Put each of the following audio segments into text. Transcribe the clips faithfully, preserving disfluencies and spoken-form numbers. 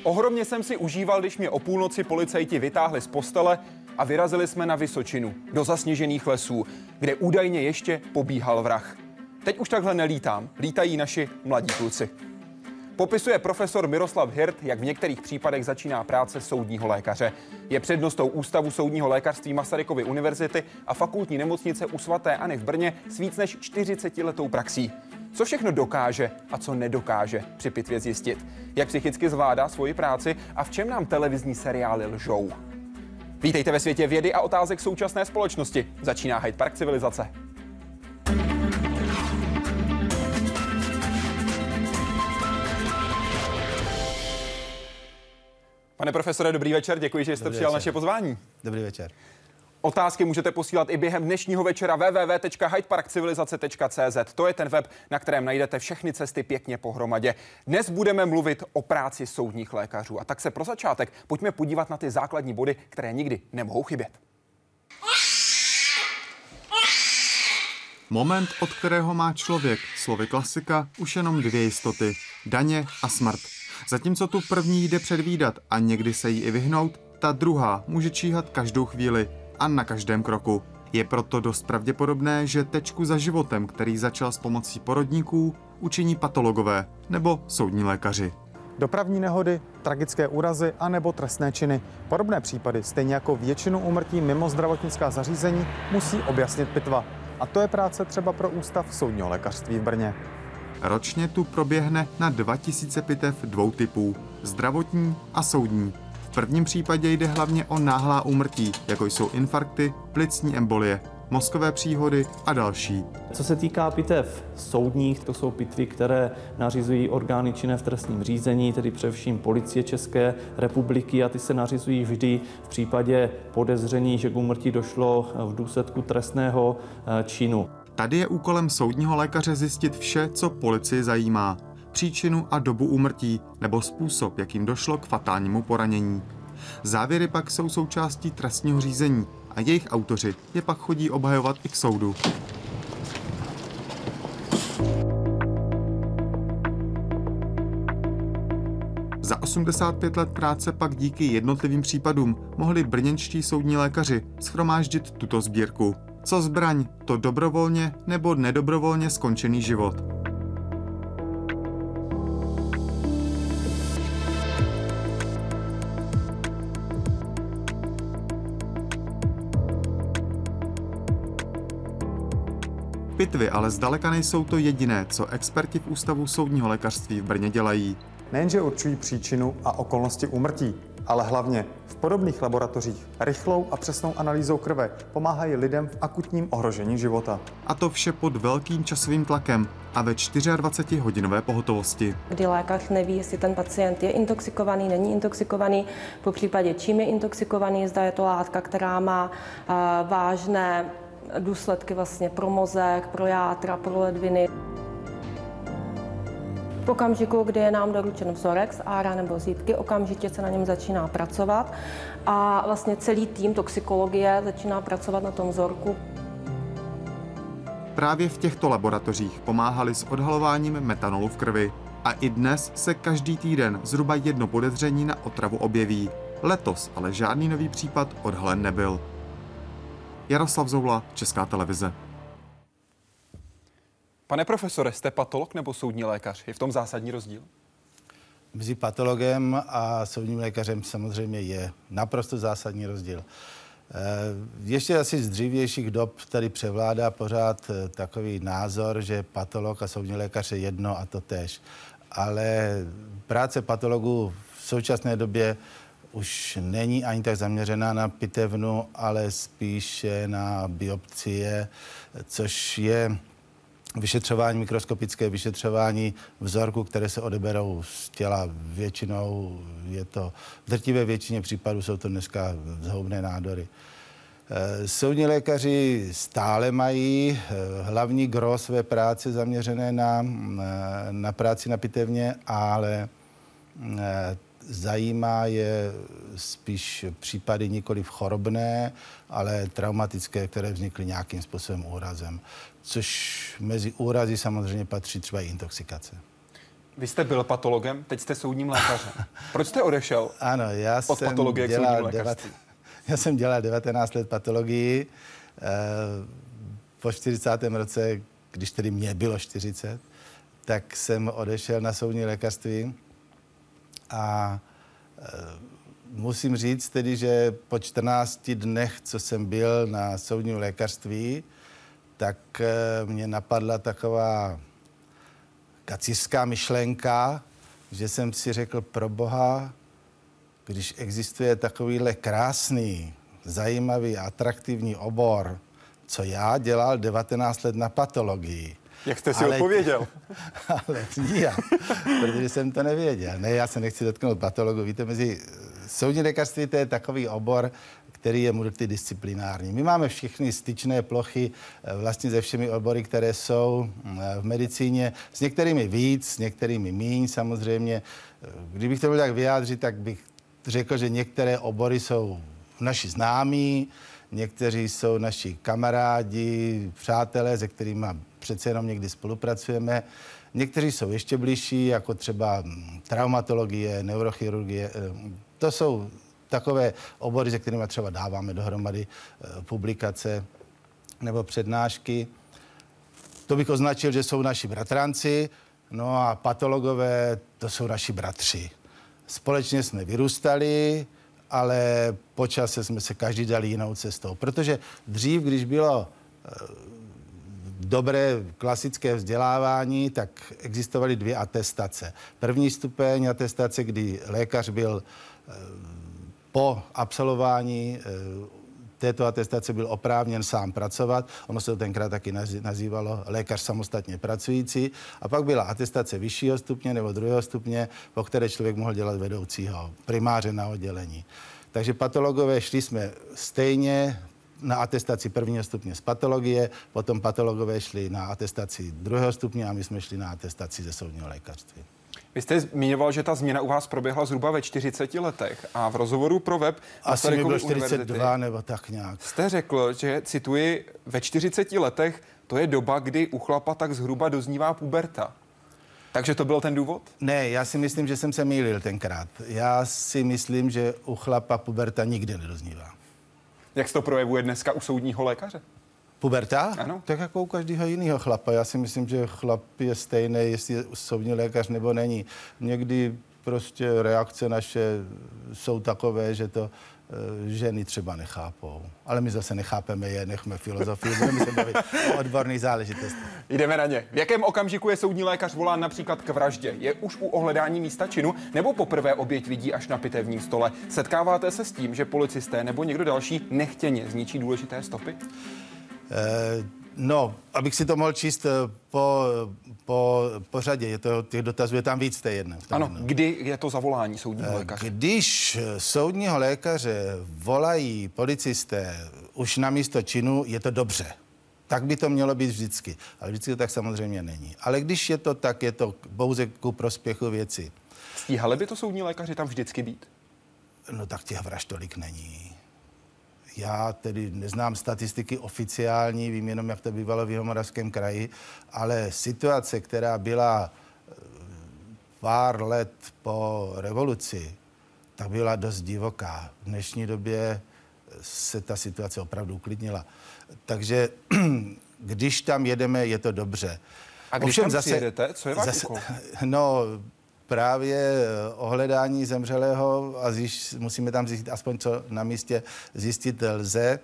Ohromně jsem si užíval, když mě o půlnoci policajti vytáhli z postele a vyrazili jsme na Vysočinu, do zasněžených lesů, kde údajně ještě pobíhal vrah. Teď už takhle nelítám, lítají naši mladí kluci. Popisuje profesor Miroslav Hirt, jak v některých případech začíná práce soudního lékaře. Je přednostou Ústavu soudního lékařství Masarykovy univerzity a fakultní nemocnice u svaté Anny v Brně s víc než čtyřicetiletou praxí. Co všechno dokáže a co nedokáže při pitvě zjistit? Jak psychicky zvládá svoji práci a v čem nám televizní seriály lžou? Vítejte ve světě vědy a otázek současné společnosti. Začíná Hyde Park civilizace. Pane profesore, dobrý večer, děkuji, že jste dobrý přijal večer. Naše pozvání. Dobrý večer. Otázky můžete posílat i během dnešního večera w w w tečka hyde park civilizace tečka c z. To je ten web, na kterém najdete všechny cesty pěkně pohromadě. Dnes budeme mluvit o práci soudních lékařů. A tak se pro začátek pojďme podívat na ty základní body, které nikdy nemohou chybět. Moment, od kterého má člověk, slovy klasika, už jenom dvě jistoty. Daně a smrt. Zatímco tu první jde předvídat a někdy se jí i vyhnout, ta druhá může číhat každou chvíli a na každém kroku. Je proto dost pravděpodobné, že tečku za životem, který začal s pomocí porodníků, učiní patologové nebo soudní lékaři. Dopravní nehody, tragické úrazy a nebo trestné činy. Podobné případy, stejně jako většinu úmrtí mimo zdravotnická zařízení, musí objasnit pitva. A to je práce třeba pro Ústav soudního lékařství v Brně. Ročně tu proběhne na dva tisíce pitev dvou typů, zdravotní a soudní. V prvním případě jde hlavně o náhlá úmrtí, jako jsou infarkty, plicní embolie, mozkové příhody a další. Co se týká pitev soudních, to jsou pitvy, které nařizují orgány činné v trestním řízení, tedy především Policie České republiky, a ty se nařizují vždy v případě podezření, že k úmrtí došlo v důsledku trestného činu. Tady je úkolem soudního lékaře zjistit vše, co policii zajímá. Příčinu a dobu úmrtí nebo způsob, jakým došlo k fatálnímu poranění. Závěry pak jsou součástí trestního řízení a jejich autoři je pak chodí obhajovat i k soudu. Za osmdesát pět let práce pak díky jednotlivým případům mohli brněnští soudní lékaři shromáždit tuto sbírku. Co zbraň, to dobrovolně nebo nedobrovolně skončený život. Pitvy ale zdaleka nejsou to jediné, co experti v Ústavu soudního lékařství v Brně dělají. Nejenže určují příčinu a okolnosti úmrtí, ale hlavně v podobných laboratořích rychlou a přesnou analýzou krve pomáhají lidem v akutním ohrožení života. A to vše pod velkým časovým tlakem a ve dvacetičtyřhodinové pohotovosti. Kdy lékař neví, jestli ten pacient je intoxikovaný, není intoxikovaný, po případě čím je intoxikovaný, zda je to látka, která má uh, vážné důsledky vlastně pro mozek, pro játra, pro ledviny. V okamžiku, kdy je nám doručen vzorek z ára nebo zítky, okamžitě se na něm začíná pracovat a vlastně celý tým toxikologie začíná pracovat na tom vzorku. Právě v těchto laboratořích pomáhali s odhalováním metanolu v krvi. A i dnes se každý týden zhruba jedno podezření na otravu objeví. Letos ale žádný nový případ odhalen nebyl. Jaroslav Zoula, Česká televize. Pane profesore, jste patolog nebo soudní lékař? Je v tom zásadní rozdíl? Mezi patologem a soudním lékařem samozřejmě je naprosto zásadní rozdíl. Ještě asi z dřívějších dob tady převládá pořád takový názor, že patolog a soudní lékař je jedno a to též. Ale práce patologů v současné době už není ani tak zaměřená na pitevnu, ale spíše na biopsie, což je vyšetřování, mikroskopické vyšetřování vzorků, které se odeberou z těla. Většinou je to, v drtivé většině případů jsou to dneska zhoubné nádory. Soudní lékaři stále mají hlavní gros své práce zaměřené na, na práci na pitevně, ale zajímá je spíš případy nikoliv chorobné, ale traumatické, které vznikly nějakým způsobem úrazem. Což mezi úrazy samozřejmě patří třeba i intoxikace. Vy jste byl patologem, teď jste soudním lékařem. Proč jste odešel? Ano, já od jsem patologie dělal devat, já jsem dělal devatenáct let patologii. E, po čtyřicátém roce, když tedy mě bylo čtyřicet, tak jsem odešel na soudní lékařství a e, musím říct tedy, že po čtrnácti dnech, co jsem byl na soudním lékařství, tak e, mě napadla taková kacířská myšlenka, že jsem si řekl, pro boha, když existuje takovýhle krásný, zajímavý, atraktivní obor, co já dělal devatenáct let na patologii. Jak jste si ale, odpověděl? Ale nijak, protože jsem to nevěděl. Ne, já se nechci dotknout patologu. Víte, mezi soudní lékařství to je takový obor, který je multidisciplinární. My máme všechny styčné plochy vlastně se všemi obory, které jsou v medicíně. S některými víc, s některými míň samozřejmě. Kdybych to měl tak vyjádřit, tak bych řekl, že některé obory jsou naši známí, někteří jsou naši kamarádi, přátelé, se kterými přece jenom někdy spolupracujeme. Někteří jsou ještě bližší, jako třeba traumatologie, neurochirurgie. To jsou takové obory, se kterými třeba dáváme dohromady publikace nebo přednášky. To bych označil, že jsou naši bratranci, no a patologové, to jsou naši bratři. Společně jsme vyrůstali, ale po čase jsme se každý dali jinou cestou. Protože dřív, když bylo dobré klasické vzdělávání, tak existovaly dvě atestace. První stupeň atestace, kdy lékař byl po absolvování této atestace byl oprávněn sám pracovat. Ono se to tenkrát taky nazývalo lékař samostatně pracující. A pak byla atestace vyššího stupně nebo druhého stupně, po které člověk mohl dělat vedoucího, primáře na oddělení. Takže patologové šli jsme stejně na atestaci prvního stupně z patologie, potom patologové šli na atestaci druhého stupně a my jsme šli na atestaci ze soudního lékařství. Vy jste zmiňoval, že ta změna u vás proběhla zhruba ve čtyřiceti letech a v rozhovoru pro web asi mi bylo čtyřicet dva nebo tak nějak. Jste řekl, že, cituji, ve čtyřiceti letech to je doba, kdy u chlapa tak zhruba doznívá puberta. Takže to byl ten důvod? Ne, já si myslím, že jsem se mýlil tenkrát. Já si myslím, že u chlapa puberta nikdy nedoznívá. Jak se to projevuje dneska u soudního lékaře? Puberta? Ano. Tak jako u každého jiného chlapa. Já si myslím, že chlap je stejný, jestli je soudní lékař nebo není. Někdy prostě reakce naše jsou takové, že to e, ženy třeba nechápou. Ale my zase nechápeme je, nechme filozofii, budeme se bavit o odborných záležitostech. Jdeme na ně. V jakém okamžiku je soudní lékař volán například k vraždě? Je už u ohledání místa činu nebo poprvé oběť vidí až na pitevním stole? Setkáváte se s tím, že policisté nebo někdo další nechtěně zničí důležité stopy? Eh, no, abych si to mohl číst po, po, po řadě, je to, těch dotazů je tam víc té jedné. Ano, jednou. kdy je to zavolání soudního lékaře? Když soudního lékaře volají policisté už na místo činu, je to dobře. Tak by to mělo být vždycky. Ale vždycky to tak samozřejmě není. Ale když je to tak, je to pouze ku prospěchu věci. Stíhali by to soudní lékaři tam vždycky být? No tak těch vražd tolik není. Já tedy neznám statistiky oficiální, vím jenom, jak to bývalo v Jihomoravském kraji, ale situace, která byla pár let po revoluci, tak byla dost divoká. V dnešní době se ta situace opravdu uklidnila. Takže když tam jedeme, je to dobře. A když Ovšem tam zase, přijedete, co je váš zase, úkol? No, právě ohledání zemřelého a zjiš, musíme tam zjistit aspoň, co na místě zjistit lze.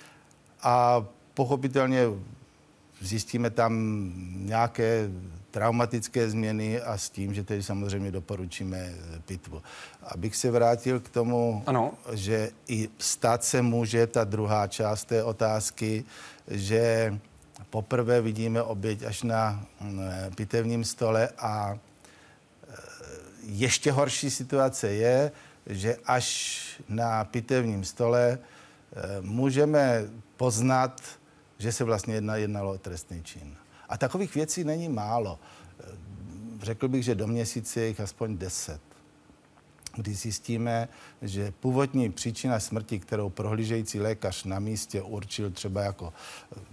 A pochopitelně zjistíme tam nějaké traumatické změny a s tím, že tedy samozřejmě doporučíme pitvu. Abych se vrátil k tomu, ano. že i stát se může, ta druhá část té otázky, že poprvé vidíme oběť až na pitevním stole a ještě horší situace je, že až na pitevním stole můžeme poznat, že se vlastně jedna, jednalo o trestný čin. A takových věcí není málo. Řekl bych, že do měsíce je jich aspoň deset. Když zjistíme, že původní příčina smrti, kterou prohlížející lékař na místě určil třeba jako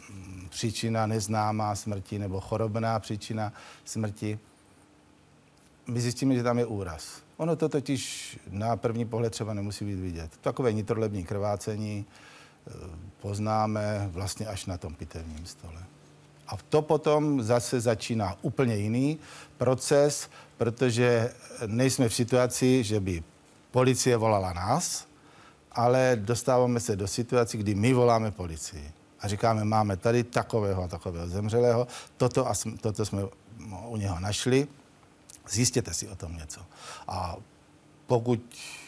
příčina neznámá smrti nebo chorobná příčina smrti, my zjistíme, že tam je úraz. Ono to totiž na první pohled třeba nemusí být vidět. Takové nitrolební krvácení poznáme vlastně až na tom pitevním stole. A to potom zase začíná úplně jiný proces, protože nejsme v situaci, že by policie volala nás, ale dostáváme se do situace, kdy my voláme policii. A říkáme, máme tady takového a takového zemřelého, toto, a toto jsme u něho našli, zjistěte si o tom něco. A pokud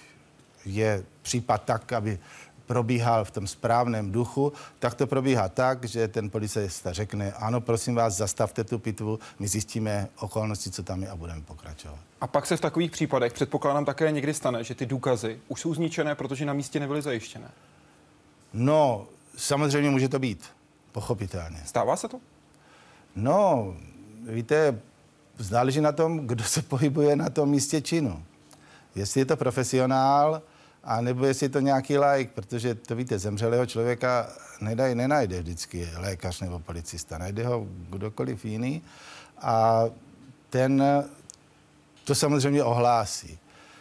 je případ tak, aby probíhal v tom správném duchu, tak to probíhá tak, že ten policista řekne, ano, prosím vás, zastavte tu pitvu, my zjistíme okolnosti, co tam je a budeme pokračovat. A pak se v takových případech, předpokládám, také někdy stane, že ty důkazy už jsou zničené, protože na místě nebyly zajištěné. No, samozřejmě může to být, pochopitelně. Stává se to? No, víte, záleží na tom, kdo se pohybuje na tom místě činu. Jestli je to profesionál, a nebo jestli je to nějaký laik, protože to víte, zemřelého člověka nedaj, nenajde vždycky lékař nebo policista, najde ho kdokoliv jiný a ten to samozřejmě ohlásí.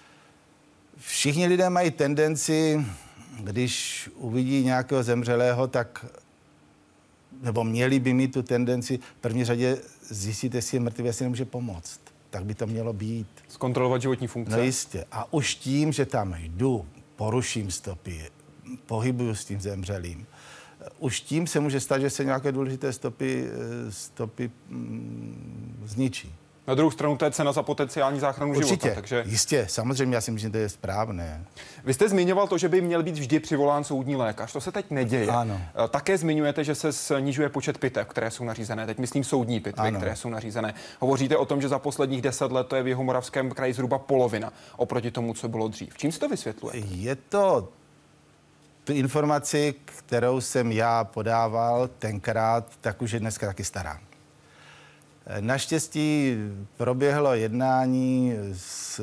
Všichni lidé mají tendenci, když uvidí nějakého zemřelého, tak nebo měli by mít tu tendenci v první řadě zjistit, jestli je mrtvý, jestli nemůže pomoct. Tak by to mělo být. Zkontrolovat životní funkce. No jistě. A už tím, že tam jdu, poruším stopy, pohybuju s tím zemřelým, už tím se může stát, že se nějaké důležité stopy, stopy mm, zničí. Na druhou stranu to je cena za potenciální záchranu Určitě, života. Takže... jistě, samozřejmě, já si myslím, že to je správné. Vy jste zmiňoval to, že by měl být vždy přivolán soudní lékař. To se teď neděje. Ano. Také zmiňujete, že se snižuje počet pitev, které jsou nařízené. Teď myslím soudní pitvy, ano. které jsou nařízené. Hovoříte o tom, že za posledních deset let to je v Jihomoravském kraji zhruba polovina oproti tomu, co bylo dřív. Čím se to vysvětluje? Je to tu informaci, kterou jsem já podával tenkrát, tak už je dneska taky stará. Naštěstí proběhlo jednání s,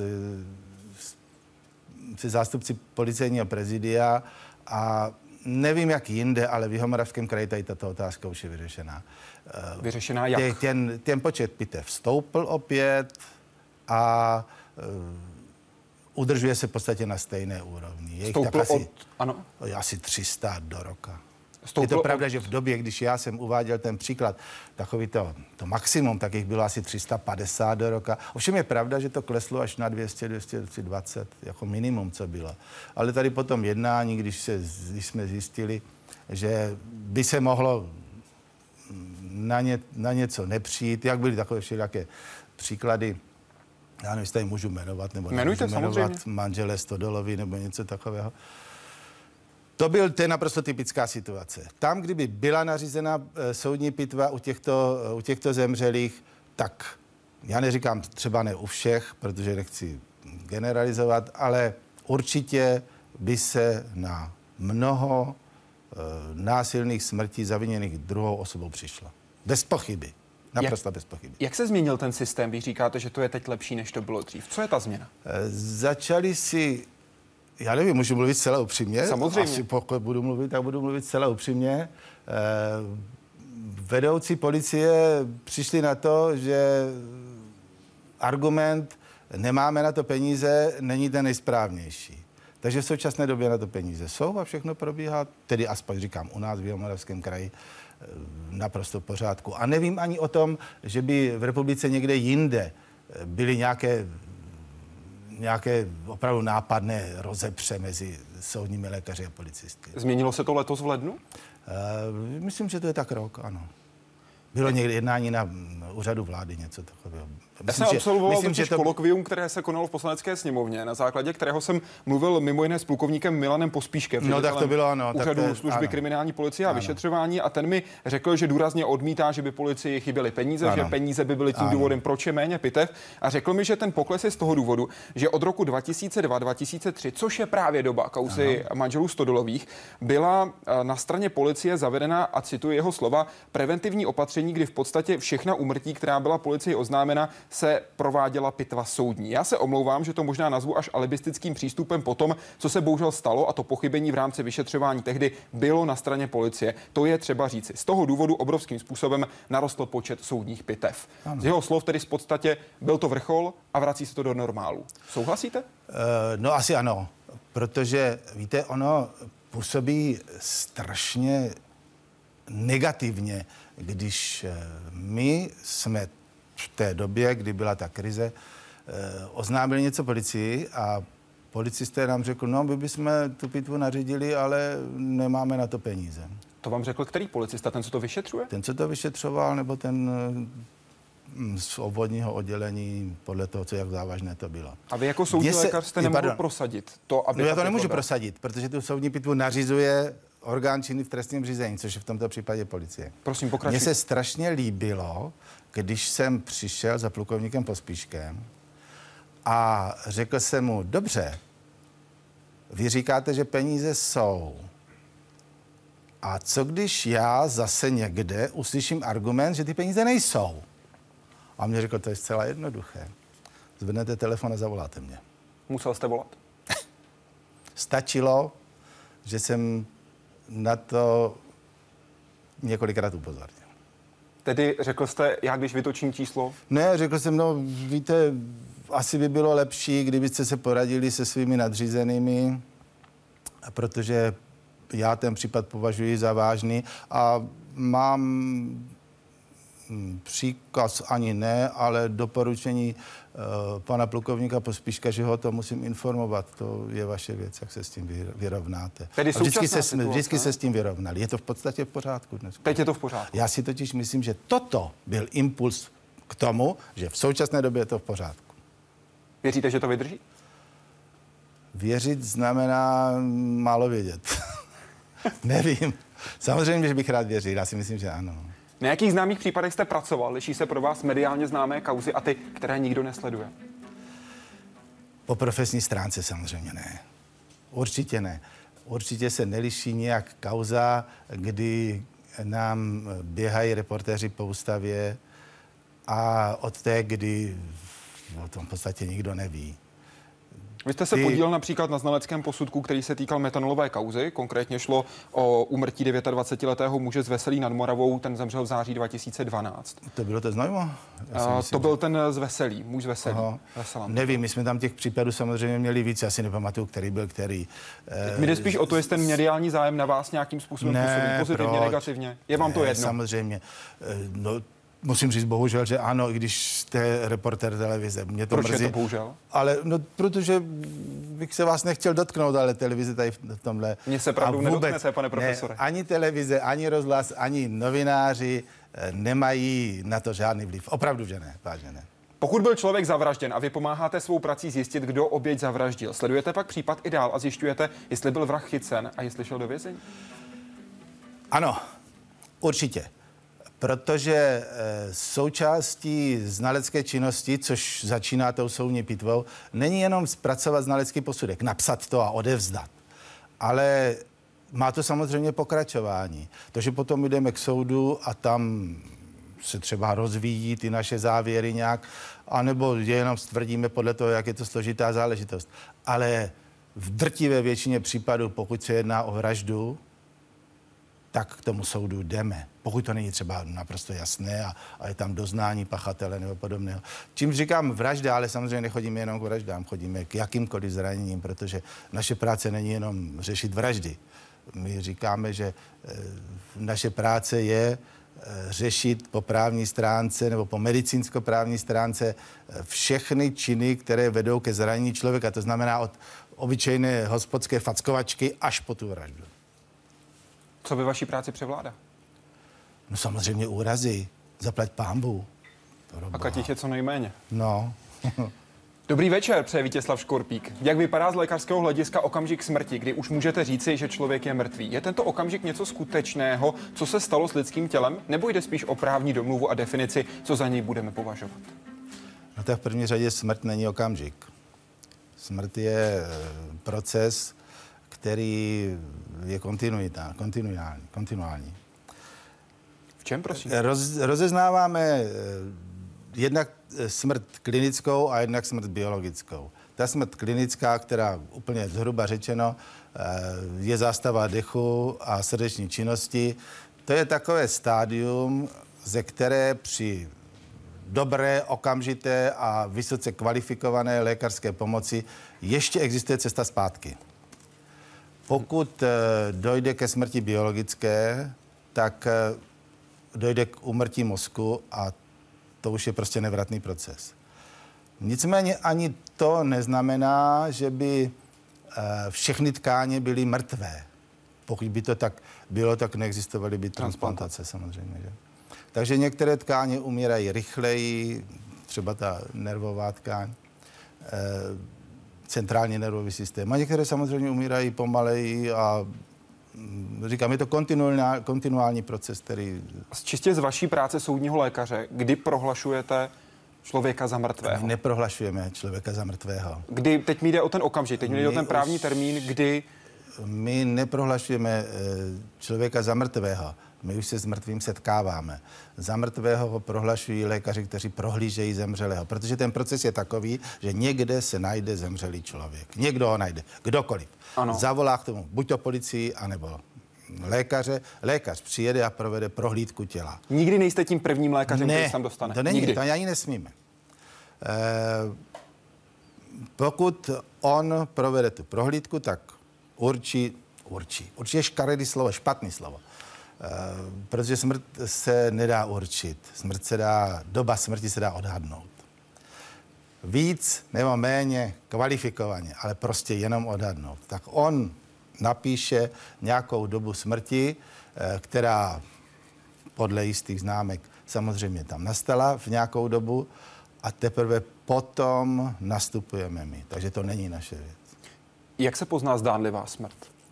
se zástupci policejního prezidia a nevím, jak jinde, ale v Jihomoravském kraji tady tato otázka už je vyřešená. Vyřešená jak? Ten, ten počet pitev stoupl opět a uh, udržuje se v podstatě na stejné úrovni. Je stoupl asi, od... Ano? Asi tři sta do roka. Stoupl je to pravda, od... že v době, když já jsem uváděl ten příklad, takový to, to maximum, tak jich bylo asi tři sta padesát do roka. Ovšem je pravda, že to kleslo až na dvě stě, dvě stě dvacet, jako minimum, co bylo. Ale tady po tom jednání, když, se, když jsme zjistili, že by se mohlo na, ně, na něco nepřijít, jak byly takové všelijaké příklady, já nevím, jestli tady můžu jmenovat, nebo Jmenujte, jmenovat samozřejmě. manželé Stodolovi, nebo něco takového. To byl to je naprosto typická situace. Tam, kdyby byla nařízena e, soudní pitva u těchto, u těchto zemřelých, tak já neříkám třeba ne u všech, protože nechci generalizovat, ale určitě by se na mnoho e, násilných smrtí zaviněných druhou osobou přišlo. Bez pochyby. Naprosto jak, bez pochyby. Jak se změnil ten systém? Vy říkáte, že to je teď lepší, než to bylo dřív. Co je ta změna? E, začali si Já nevím, můžu mluvit celé upřímně. Samozřejmě. Asi pokud budu mluvit, tak budu mluvit celé upřímně. E, vedoucí policie přišli na to, že argument nemáme na to peníze, není ten nejsprávnější. Takže v současné době na to peníze jsou a všechno probíhá, tedy aspoň říkám u nás v Jihomoravském kraji, naprosto v pořádku. A nevím ani o tom, že by v republice někde jinde byly nějaké nějaké opravdu nápadné rozepře mezi soudními lékaři a policisty. Změnilo se to letos v lednu? Uh, myslím, že to je tak rok, ano. Bylo někdy jednání na úřadu vlády, něco takového. Já jsem absolvoval myslím, totiž že to... kolokvium, které se konalo v Poslanecké sněmovně, na základě kterého jsem mluvil mimo jiné s plukovníkem Milanem Pospíškem, no, tak to bylo, ano, úřadu tak to, služby ano. kriminální policie a ano. vyšetřování a ten mi řekl, že důrazně odmítá, že by policii chyběly peníze, ano. že peníze by byly tím ano. důvodem, proč je méně pitev a řekl mi, že ten pokles je z toho důvodu, že od roku dva tisíce dva dva tisíce tři, což je právě doba kauzy ano. manželů Stodolových, byla na straně policie zavedena, a cituji jeho slova, preventivní opatření nařízení, kdy v podstatě všechna úmrtí, která byla policii oznámena, se prováděla pitva soudní. Já se omlouvám, že to možná nazvu až alibistickým přístupem po tom, co se bohužel stalo, a to pochybení v rámci vyšetřování tehdy bylo na straně policie. To je třeba říci. Z toho důvodu obrovským způsobem narostl počet soudních pitev. Ano. Z jeho slov tedy v podstatě byl to vrchol a vrací se to do normálu. Souhlasíte? Uh, no asi ano, protože víte, ono působí strašně negativně, když my jsme v té době, kdy byla ta krize, oznámili něco policii a policisté nám řekl, no my bychom tu pitvu nařídili, ale nemáme na to peníze. To vám řekl který policista, ten, co to vyšetřuje? Ten, co to vyšetřoval, nebo ten z obvodního oddělení, podle toho, co jak závažné to bylo. A vy jako soudní se, lékař jste nemohl prosadit to, aby... No já to nemůžu prosadit, protože tu soudní pitvu nařizuje orgán činný v trestním řízení, což je v tomto případě policie. Prosím, pokračujte. Mně se strašně líbilo, když jsem přišel za plukovníkem Pospíškem a řekl jsem mu, dobře, vy říkáte, že peníze jsou. A co když já zase někde uslyším argument, že ty peníze nejsou? A on mě řekl, to je zcela jednoduché. Zvednete telefon a zavoláte mě. Musel jste volat? Stačilo, že jsem na to několikrát upozornil. Tedy řekl jste, já když vytočím číslo? Ne, řekl jsem, no víte, asi by bylo lepší, kdybyste se poradili se svými nadřízenými, protože já ten případ považuji za vážný a mám příkaz ani ne, ale doporučení uh, pana plukovníka Pospíška, že ho to musím informovat. To je vaše věc, jak se s tím vyrovnáte. Tedy vždycky se, situace, vždycky se s tím vyrovnali. Je to v podstatě v pořádku dnes. Teď je to v pořádku. Já si totiž myslím, že toto byl impuls k tomu, že v současné době je to v pořádku. Věříte, že to vydrží? Věřit znamená málo vědět. Nevím. Samozřejmě, že bych rád věřil. Já si myslím, že ano. Na jakých známých případech jste pracoval? Liší se pro vás mediálně známé kauzy a ty, které nikdo nesleduje? Po profesní stránce samozřejmě ne. Určitě ne. Určitě se neliší nějak kauza, kdy nám běhají reportéři po ústavě a od té, kdy o tom v podstatě nikdo neví. Vy jste se Ty... podílel například na znaleckém posudku, který se týkal metanolové kauzy. Konkrétně šlo o úmrtí dvacetidevětiletého muže z Veselí nad Moravou. Ten zemřel v září dva tisíce dvanáct. To bylo to znojmo? Uh, to byl ten z Veselí, muž z Veselí. Nevím, my jsme tam těch případů samozřejmě měli víc. Já si nepamatuju, který byl který. Mi jde spíš o to, jestli ten mediální zájem na vás nějakým způsobem působí pozitivně, proč? Negativně. Je vám to ne, jedno? Samozřejmě. No, musím říct bohužel, že ano, i když jste reportér televize. Mě to Proč mrzí. je to bohužel? Ale no, protože bych se vás nechtěl dotknout, ale televize tady v tomhle. Mně se pravdu nedotknete, pane profesore. Ne, ani televize, ani rozhlas, ani novináři nemají na to žádný vliv. Opravdu, že ne, vážně ne. Pokud byl člověk zavražděn a vy pomáháte svou prací zjistit, kdo oběť zavraždil, sledujete pak případ i dál a zjišťujete, jestli byl vrah chycen a jestli šel do vězení? Ano, určitě. Protože e, součástí znalecké činnosti, což začíná tou soudní pitvou, není jenom zpracovat znalecký posudek, napsat to a odevzdat, ale má to samozřejmě pokračování. Takže potom jdeme k soudu a tam se třeba rozvíjí ty naše závěry nějak, anebo je jenom stvrdíme podle toho, jak je to složitá záležitost. Ale v drtivé většině případů, pokud se jedná o vraždu, tak k tomu soudu jdeme. Pokud to není třeba naprosto jasné a, a je tam doznání pachatele nebo podobného. Čím říkám vražda, ale samozřejmě nechodíme jenom k vraždám, chodíme k jakýmkoliv zraněním, protože naše práce není jenom řešit vraždy. My říkáme, že e, naše práce je e, řešit po právní stránce nebo po medicínsko-právní stránce e, všechny činy, které vedou ke zranění člověka. To znamená od obyčejné hospodské fackovačky až po tu vraždu. Co ve vaší práci převládá? No samozřejmě úrazy. Zaplať pánbů. A těch je co nejméně. No. Dobrý večer, přeje Vítězslav Škorpík. Jak vypadá z lékařského hlediska okamžik smrti, kdy už můžete říci, že člověk je mrtvý? Je tento okamžik něco skutečného, co se stalo s lidským tělem, nebo jde spíš o právní domluvu a definici, co za něj budeme považovat? No tak v první řadě smrt není okamžik. Smrt je proces, který je kontinuální. kontinuální. čem, prosím? Roz, rozeznáváme jednak smrt klinickou a jednak smrt biologickou. Ta smrt klinická, která úplně zhruba řečeno je zástava dechu a srdeční činnosti, to je takové stádium, ze které při dobré, okamžité a vysoce kvalifikované lékařské pomoci ještě existuje cesta zpátky. Pokud dojde ke smrti biologické, tak dojde k úmrtí mozku a to už je prostě nevratný proces. Nicméně ani to neznamená, že by všechny tkáně byly mrtvé. Pokud by to tak bylo, tak neexistovaly by transplantace samozřejmě. Že? Takže některé tkáně umírají rychleji, třeba ta nervová tkáň, centrální nervový systém. A některé samozřejmě umírají pomaleji a říkám, je to kontinuální, kontinuální proces, který... Čistě z vaší práce soudního lékaře, kdy prohlašujete člověka za mrtvého? My neprohlašujeme člověka za mrtvého. Kdy, teď mi jde o ten okamžik, teď mi jde o ten právní už... termín, kdy... My neprohlašujeme člověka za mrtvého. My už se s mrtvým setkáváme. Za mrtvého ho prohlašují lékaři, kteří prohlížejí zemřelého. Protože ten proces je takový, že někde se najde zemřelý člověk. Někdo ho najde. Kdokoliv. Ano. Zavolá k tomu buď to policii, anebo lékaře. Lékař přijede a provede prohlídku těla. Nikdy nejste tím prvním lékařem, ne, který se tam dostane? to není. Nikdy. To ani nesmíme. E, pokud on provede tu prohlídku, tak určí, určí. Určí je škaredý slovo, špatný slovo. Uh, protože smrt se nedá určit. Smrt se dá, doba smrti se dá odhadnout. Víc nebo méně kvalifikovaně, ale prostě jenom odhadnout. Tak on napíše nějakou dobu smrti, uh, která podle jistých známek samozřejmě tam nastala v nějakou dobu a teprve potom nastupujeme my. Takže to není naše věc. Jak se pozná zdánlivá smrt?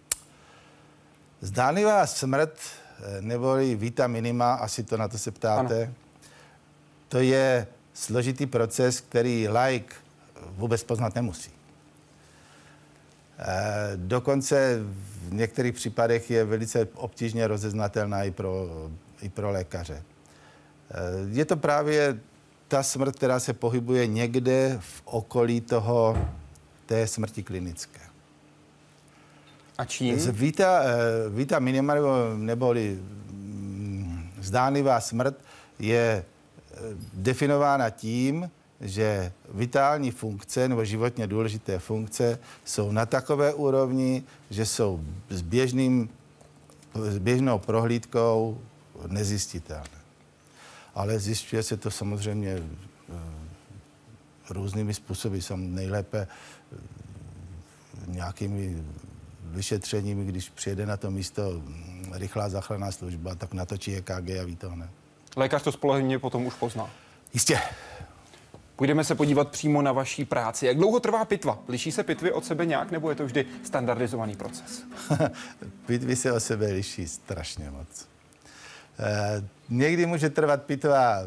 Zdánlivá smrt neboli vita minima, asi to na to se ptáte, ano. To je složitý proces, který laik vůbec poznat nemusí. E, dokonce v některých případech je velice obtížně rozeznatelná i pro, i pro lékaře. E, je to právě ta smrt, která se pohybuje někde v okolí toho, té smrti klinické. A čím? Vita, vita minima neboli zdánlivá smrt je definována tím, že vitální funkce nebo životně důležité funkce jsou na takové úrovni, že jsou s, běžným, s běžnou prohlídkou nezjistitelné. Ale zjišťuje se to samozřejmě různými způsoby. Jsem nejlépe nějakými vyšetřením, když přijede na to místo rychlá záchranná služba, tak natočí E K G a ví to hned. Lékař to spolehlivě potom už pozná. Jistě. Půjdeme se podívat přímo na vaší práci. Jak dlouho trvá pitva? Liší se pitvy od sebe nějak, nebo je to vždy standardizovaný proces? Pitvy se od sebe liší strašně moc. E, někdy může trvat pitva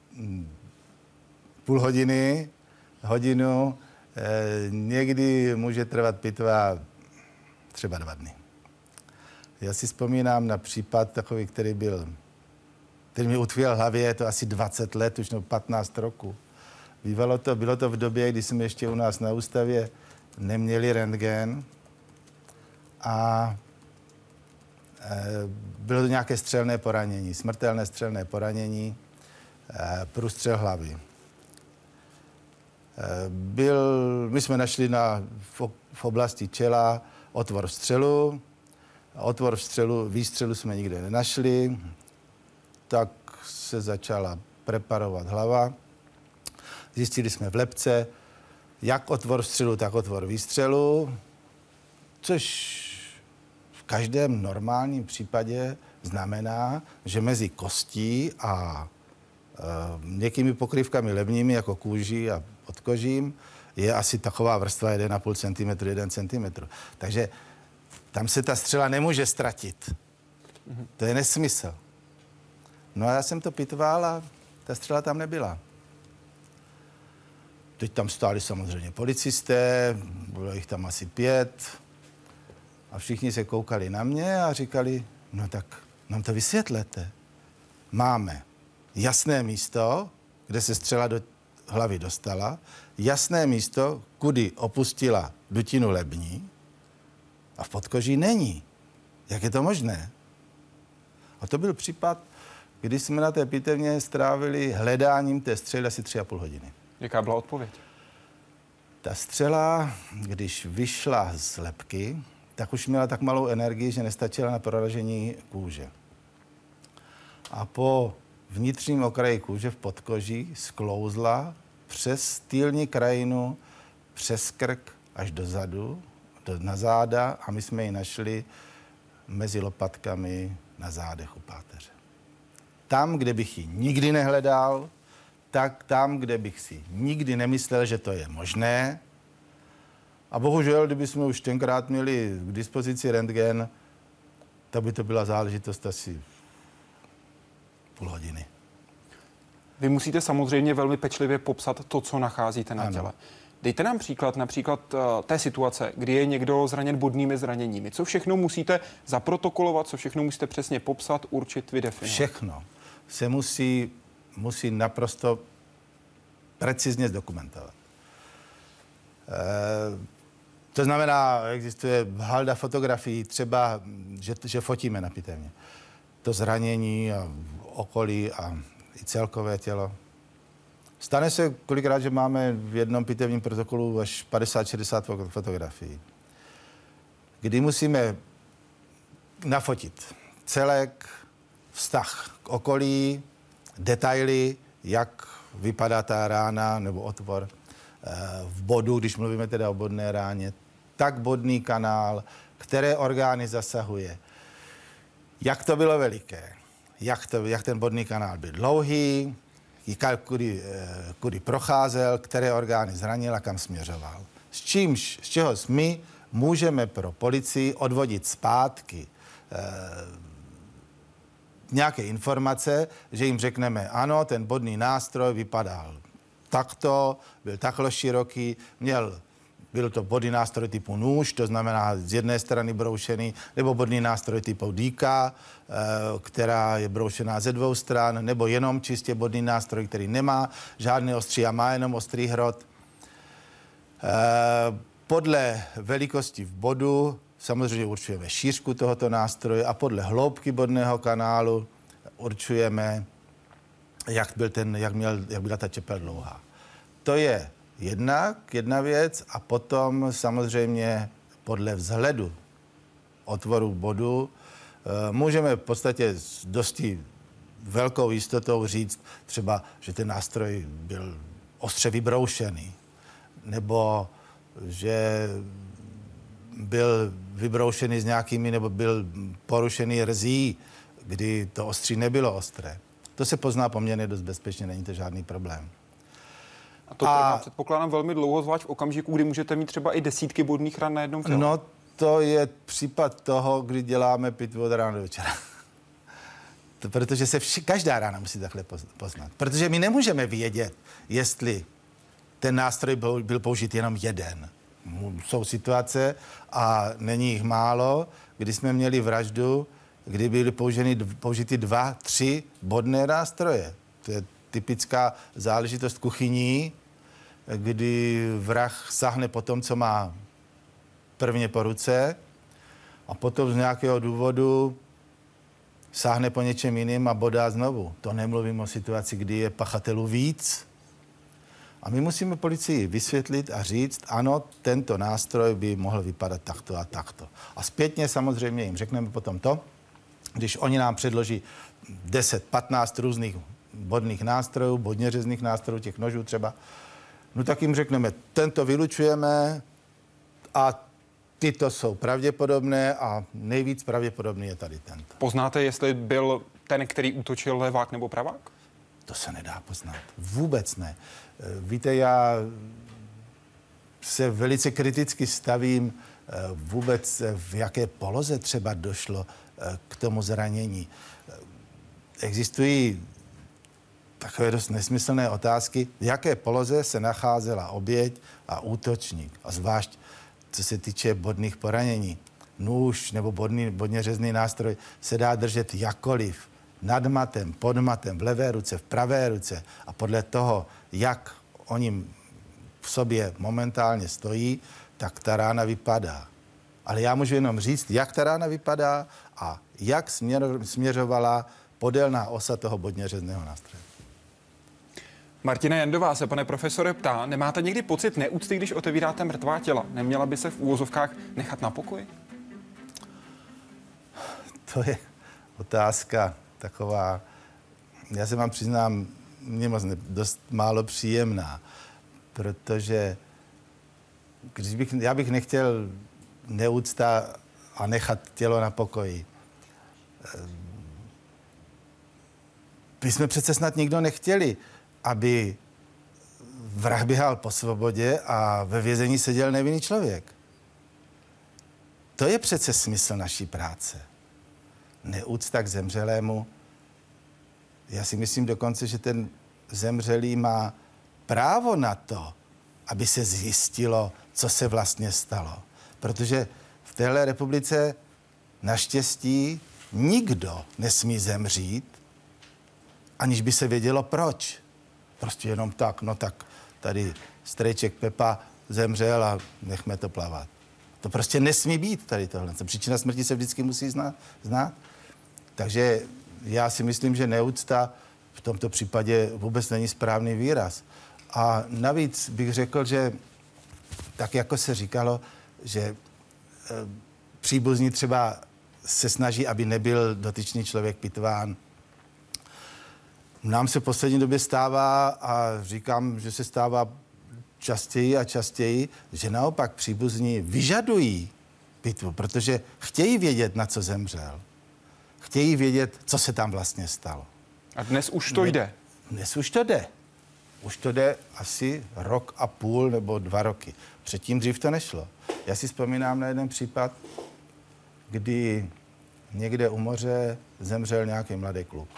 půl hodiny, hodinu, e, někdy může trvat pitva třeba dva dny. Já si vzpomínám na případ takový, který byl, který mi utkvěl v hlavě, je to asi dvacet let, už no patnáct roku. Bývalo to, bylo to v době, kdy jsme ještě u nás na ústavě neměli rentgen a e, bylo to nějaké střelné poranění, smrtelné střelné poranění, e, průstřel hlavy. E, byl, my jsme našli na, v, v oblasti čela otvor střelu, otvor střelu, výstřelu jsme nikde nenašli, tak se začala preparovat hlava. Zjistili jsme v lebce jak otvor střelu, tak otvor výstřelu, což v každém normálním případě znamená, že mezi kostí a e, měkkými pokrývkami lebními, jako kůží a podkožím, je asi taková vrstva jeden a půl centimetru, jeden centimetr. Takže tam se ta střela nemůže ztratit. To je nesmysl. No a já jsem to pitval a ta střela tam nebyla. Teď tam stáli samozřejmě policisté, bylo jich tam asi pět a všichni se koukali na mě a říkali, no tak nám to vysvětlete. máme jasné místo, kde se střela do hlavy dostala, jasné místo, kudy opustila dutinu lební a v podkoží není. Jak je to možné? A to byl případ, kdy jsme na té pitevně strávili hledáním té střely asi tři a půl hodiny. Jaká byla odpověď? Ta střela, když vyšla z lebky, tak už měla tak malou energii, že nestačila na proražení kůže. A po vnitřním okraji kůže v podkoží sklouzla přes týlní krajinu, přes krk až dozadu, do, na záda a my jsme ji našli mezi lopatkami na zádech u páteře. Tam, kde bych ji nikdy nehledal, tak tam, kde bych si nikdy nemyslel, že to je možné. A bohužel, kdyby jsme už tenkrát měli k dispozici rentgen, tak by to byla záležitost asi půl hodiny. Vy musíte samozřejmě velmi pečlivě popsat to, co nacházíte na těle. Dejte nám příklad, například uh, té situace, kdy je někdo zraněn bodnými zraněními. Co všechno musíte zaprotokolovat, co všechno musíte přesně popsat, určit, vydefinovat? Všechno se musí, musí naprosto precizně zdokumentovat. E, to znamená, existuje halda fotografií, třeba, že, že fotíme na pitevně. To zranění a okolí a i celkové tělo. Stane se kolikrát, že máme v jednom pitevním protokolu až padesát šedesát fotografií, kdy musíme nafotit celek, vztah k okolí, detaily, jak vypadá ta rána nebo otvor v bodu, když mluvíme teda o bodné ráně, tak bodný kanál, které orgány zasahuje, jak to bylo veliké, jak, to, jak ten bodný kanál byl dlouhý, kudy, kudy procházel, které orgány zranil a kam směřoval. S čímž, z čeho my můžeme pro policii odvodit zpátky eh, nějaké informace, že jim řekneme, ano, ten bodný nástroj vypadal takto, byl takhle široký, měl, byl to bodný nástroj typu nůž, to znamená z jedné strany broušený, nebo bodný nástroj typu dýka, e, která je broušená ze dvou stran, nebo jenom čistě bodný nástroj, který nemá žádný ostří a má jenom ostrý hrot. E, podle velikosti v bodu samozřejmě určujeme šířku tohoto nástroje a podle hloubky bodného kanálu určujeme, jak, byl ten, jak, měl, jak byla ta čepel dlouhá. To je jednak jedna věc a potom samozřejmě podle vzhledu otvoru bodu můžeme v podstatě s dosti velkou jistotou říct třeba, že ten nástroj byl ostře vybroušený nebo že byl vybroušený s nějakými nebo byl porušený rzí, kdy to ostří nebylo ostré. To se pozná poměrně dost bezpečně, není to žádný problém. A to a... předpokládám velmi dlouho, zvlášť v okamžiku, kdy můžete mít třeba i desítky bodných ran na jednom těle. No, to je případ toho, kdy děláme pitvu od rána do večera. To, protože se vši, každá rána musí takhle poznat. Protože my nemůžeme vědět, jestli ten nástroj byl, byl použit jenom jeden. Jsou situace, a není jich málo, kdy jsme měli vraždu, kdy byly použity, použity dva, tři bodné nástroje. To je typická záležitost kuchyní, kdy vrah sahne po tom, co má prvně po ruce a potom z nějakého důvodu sáhne po něčem jiným a bodá znovu. To nemluvím o situaci, kdy je pachatelů víc. A my musíme policii vysvětlit a říct, ano, tento nástroj by mohl vypadat takto a takto. A zpětně samozřejmě jim řekneme potom to, když oni nám předloží deset patnáct různých bodných nástrojů, bodněřezných nástrojů, těch nožů třeba, no tak jim řekneme, tento vylučujeme a tyto jsou pravděpodobné a nejvíc pravděpodobný je tady tento. Poznáte, jestli byl ten, který útočil, levák nebo pravák? To se nedá poznat. Vůbec ne. Víte, já se velice kriticky stavím vůbec, v jaké poloze třeba došlo k tomu zranění. Existují takové dost nesmyslné otázky, v jaké poloze se nacházela oběť a útočník. A zvlášť, co se týče bodných poranění. Nůž nebo bodný, bodně řezný nástroj se dá držet jakkoliv. nad matem, pod matem, v levé ruce, v pravé ruce a podle toho, jak oni v sobě momentálně stojí, tak ta rána vypadá. Ale já můžu jenom říct, jak ta rána vypadá a jak směro, směřovala podélná osa toho bodněřezného nástroje. Martina Jandová se, pane profesore, ptá, nemáte někdy pocit neúcty, když otevíráte mrtvá těla? Neměla by se v úvozovkách nechat na pokoji? To je otázka taková, já se vám přiznám, mě moc ne, dost málo příjemná, protože když bych, já bych nechtěl neúcta a nechat tělo na pokoji. My jsme přece snad nikdo nechtěli, aby vrah běhal po svobodě a ve vězení seděl nevinný člověk. To je přece smysl naší práce. Neúcta k zemřelému. Já si myslím dokonce, že ten zemřelý má právo na to, aby se zjistilo, co se vlastně stalo. Protože v téhle republice naštěstí nikdo nesmí zemřít, aniž by se vědělo proč. Prostě jenom tak, no tak tady strejček Pepa zemřel a nechme to plavat. To prostě nesmí být tady tohle. Příčina smrti se vždycky musí znát. znát. Takže já si myslím, že neúcta v tomto případě vůbec není správný výraz. A navíc bych řekl, že tak jako se říkalo, že e, příbuzní třeba se snaží, aby nebyl dotyčný člověk pitván. Nám se v poslední době stává, a říkám, že se stává častěji a častěji, že naopak příbuzní vyžadují pitvu, protože chtějí vědět, na co zemřel. Chtějí vědět, co se tam vlastně stalo. A dnes už to jde? Dnes už to jde. Už to jde asi rok a půl nebo dva roky. Předtím dřív to nešlo. Já si vzpomínám na jeden případ, kdy někde u moře zemřel nějaký mladý kluk.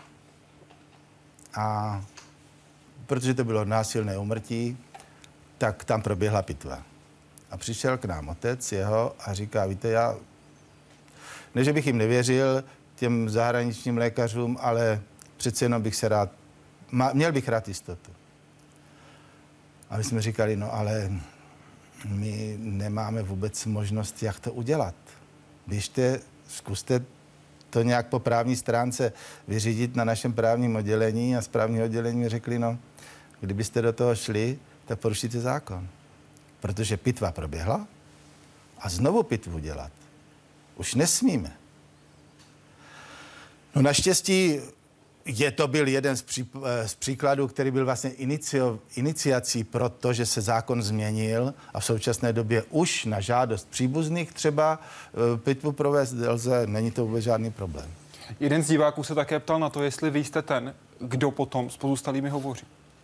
A protože to bylo násilné úmrtí, tak tam proběhla pitva. A přišel k nám otec jeho a říká, víte, já, ne, že bych jim nevěřil, těm zahraničním lékařům, ale přece jenom bych se rád, má, měl bych rád jistotu. A my jsme říkali, no ale my nemáme vůbec možnost, jak to udělat. Běžte, zkuste to nějak po právní stránce vyřídit na našem právním oddělení a z právního oddělení mi řekli, no, kdybyste do toho šli, tak porušíte zákon. Protože pitva proběhla a znovu pitvu dělat už nesmíme. No naštěstí je to byl jeden z, pří, z příkladů, který byl vlastně inicio, iniciací pro to, že se zákon změnil a v současné době už na žádost příbuzných třeba pitvu provést lze, není to vůbec žádný problém. Jeden z diváků se také ptal na to, jestli vy jste ten, kdo potom s pozůstalými hovoří.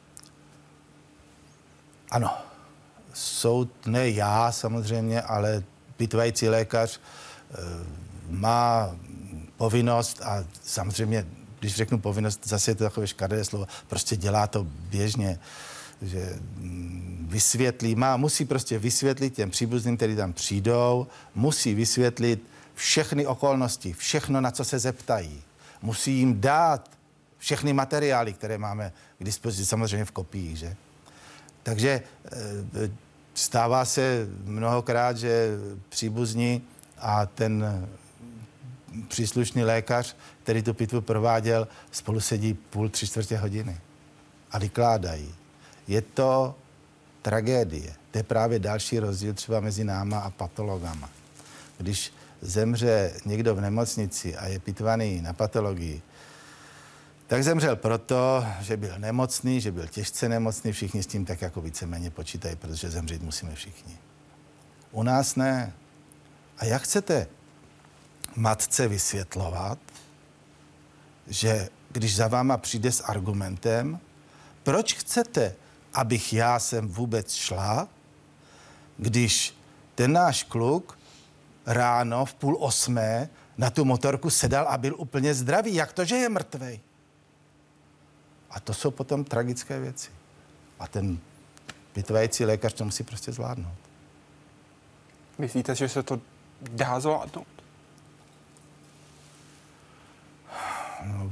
Ano, soud, ne já samozřejmě, ale pitvající lékař e, má povinnost a samozřejmě, když řeknu povinnost, zase je to takové škaredé slovo, prostě dělá to běžně, že vysvětlí, má, musí prostě vysvětlit těm příbuzným, kteří tam přijdou, musí vysvětlit všechny okolnosti, všechno, na co se zeptají. Musí jim dát všechny materiály, které máme k dispozici, samozřejmě v kopiích, že? Takže stává se mnohokrát, že příbuzní a ten příslušný lékař, který tu pitvu prováděl, spolu sedí půl, tři čtvrtě hodiny a vykládají. Je to tragédie. To je právě další rozdíl třeba mezi náma a patologama. Když zemře někdo v nemocnici a je pitvaný na patologii, tak zemřel proto, že byl nemocný, že byl těžce nemocný, všichni s tím tak jako víceméně počítají, protože zemřít musíme všichni. U nás ne. A jak chcete matce vysvětlovat, že když za váma přijde s argumentem, proč chcete, abych já sem vůbec šla, když ten náš kluk ráno v půl osmé na tu motorku sedal a byl úplně zdravý. Jak to, že je mrtvej? A to jsou potom tragické věci. A ten pitvající lékař to musí prostě zvládnout. Myslíte, že se to dá zvládnout? No,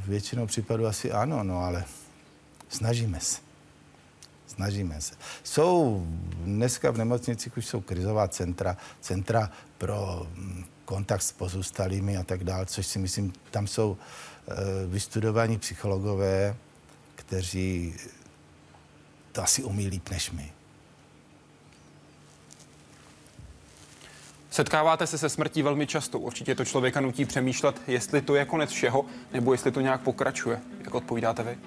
většinou případů asi ano, no ale snažíme se. Snažíme se. Jsou, dneska v nemocnicích už jsou krizová centra, centra pro kontakt s pozůstalými a tak dále, což si myslím, tam jsou e, vystudovaní psychologové, kteří to asi umí líp než my. Setkáváte se se smrtí velmi často. Určitě to člověka nutí přemýšlet, jestli to je konec všeho, nebo jestli to nějak pokračuje. Jak odpovídáte vy?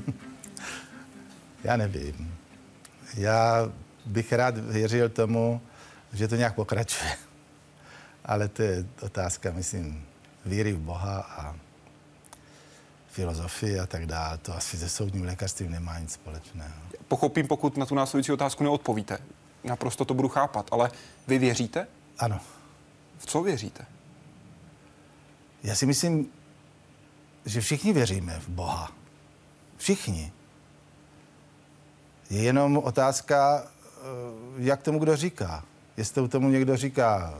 Já nevím. Já bych rád věřil tomu, že to nějak pokračuje. Ale to je otázka, myslím, víry v Boha a filozofii a tak dále. To asi se soudním lékařstvím nemá nic společného. Pochopím, pokud na tu následující otázku neodpovíte. Naprosto to budu chápat, ale vy věříte? Ano. V co věříte? Já si myslím, že všichni věříme v Boha. Všichni. Je jenom otázka, jak tomu kdo říká. Jestli tomu někdo říká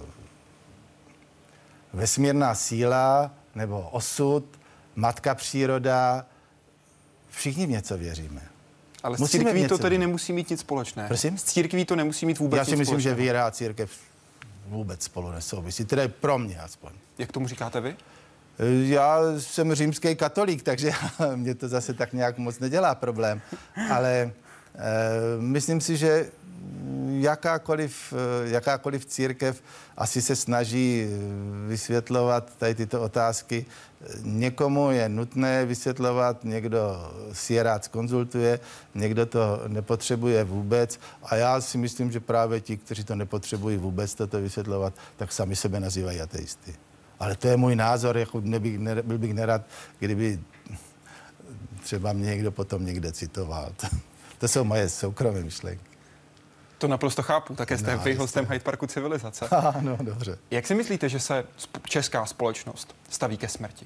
vesmírná síla, nebo osud, matka příroda, všichni v něco věříme. Ale s Musíme církví to něco tedy věřit. nemusí mít nic společného. Prosím? S církví to nemusí mít vůbec Já si nic myslím, že společného. víra a církev vůbec spolu nesouvisí. Teda pro mě aspoň. Jak tomu říkáte vy? Já jsem římský katolík, takže mě to zase tak nějak moc nedělá problém. Ale e, myslím si, že jakákoliv, jakákoliv církev asi se snaží vysvětlovat tady tyto otázky. Někomu je nutné vysvětlovat, někdo si je rád zkonzultuje, někdo to nepotřebuje vůbec. A já si myslím, že právě ti, kteří to nepotřebují vůbec toto vysvětlovat, tak sami sebe nazývají ateisty. Ale to je můj názor, jako nebych, ne, byl bych nerad, kdyby třeba mě někdo potom někde citoval. To, to jsou moje soukromé myšlenky. To naprosto chápu, také jste No, vy hostem Hyde Parku civilizace. Ano, dobře. Jak si myslíte, že se česká společnost staví ke smrti?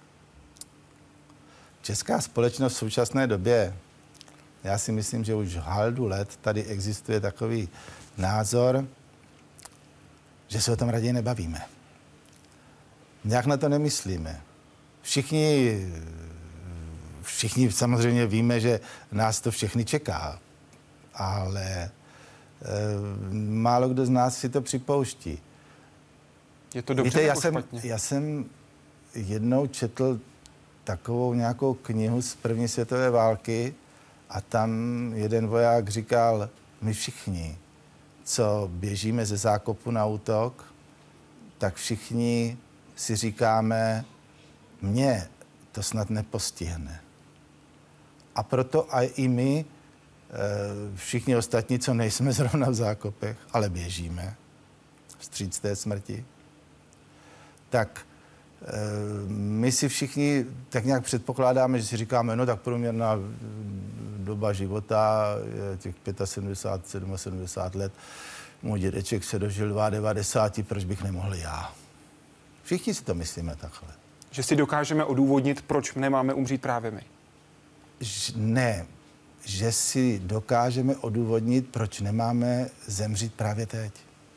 Česká společnost v současné době, já si myslím, že už haldu let tady existuje takový názor, že se o tom raději nebavíme. Nějak na to nemyslíme. Všichni, všichni samozřejmě víme, že nás to všechny čeká, ale e, málo kdo z nás si to připouští. Je to dobře Víte, nebo já jsem, špatně? já jsem jednou četl takovou nějakou knihu z první světové války a tam jeden voják říkal, my všichni, co běžíme ze zákopu na útok, tak všichni si říkáme, mě to snad nepostihne. A proto a i my, všichni ostatní, co nejsme zrovna v zákopech, ale běžíme vstříc té smrti, tak my si všichni tak nějak předpokládáme, že si říkáme, no tak průměrná doba života je těch sedmdesát pět, sedmdesát sedm let. Můj dědeček se dožil devadesát dva, proč bych nemohl já? Všichni si to myslíme takhle. Že si dokážeme odůvodnit, proč nemáme umřít právě my. Ž- ne, že si dokážeme odůvodnit, proč nemáme zemřít právě teď.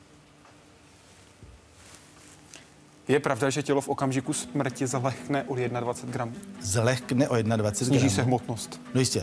Je pravda, že tělo v okamžiku smrti zalehne o dvacet jedna gramů? Zlehkne o dvacet jedna Sníží gramů. se hmotnost. No jistě.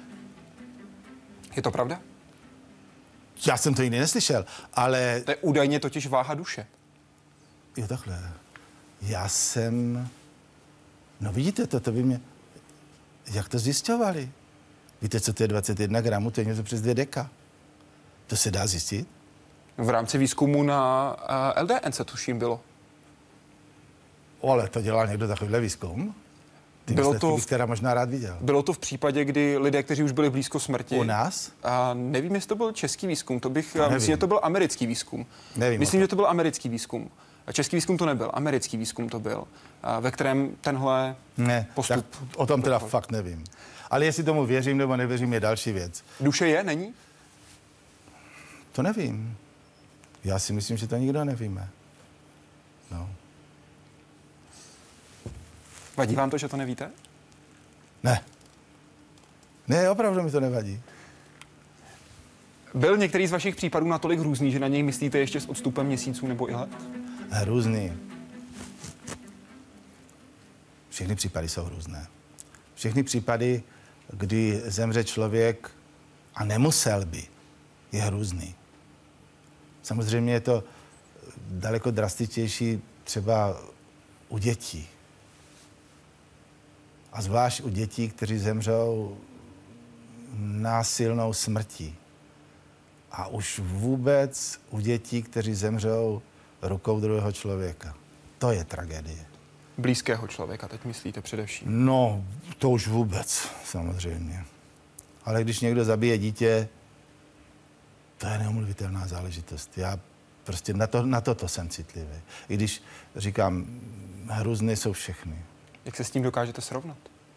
Je to pravda? Já jsem to nikdy neslyšel, ale... To je údajně totiž váha duše. Jo, takhle. Já jsem... No vidíte to, to by mě... Jak to zjišťovali? Víte, co to je dvacet jedna gramů? To je něco přes dvě deka. To se dá zjistit? V rámci výzkumu na uh, L D N se tuším bylo. O, ale to dělal někdo takovýhle výzkum? Ty Bylo výsledky to bych v- teda možná rád viděl. Bylo to v případě, kdy lidé, kteří už byli blízko smrti... U nás? A nevím, jestli to byl český výzkum, to bych... nevím. Myslím, že to byl americký výzkum. Nevím Myslím, o tom. že to byl americký výzkum. A český výzkum to nebyl, americký výzkum to byl, a ve kterém tenhle Ne, postup... tak o tom teda fakt nevím. Ale jestli tomu věřím nebo nevěřím, je další věc. Duše je, není? To nevím. Já si myslím, že to nikdo nevíme. No. Vadí vám to, že to nevíte? Ne. Ne, opravdu mi to nevadí. Byl některý z vašich případů natolik hrůzný, že na něj myslíte ještě s odstupem měsíců nebo i let? Hrůzný. všechny případy jsou různé. Všechny případy, kdy zemře člověk a nemusel by, je hrůzný. Samozřejmě je to daleko drastičtější třeba u dětí. A zvlášť u dětí, kteří zemřou násilnou smrtí. A už vůbec u dětí, kteří zemřou rukou druhého člověka. To je tragédie. Blízkého člověka, teď myslíte především? No, to už vůbec, samozřejmě. Ale když někdo zabije dítě, to je neomluvitelná záležitost. Já prostě na, to, na toto jsem citlivý. I když říkám, hrůzné jsou všechny. Jak se s tím dokážete srovnat?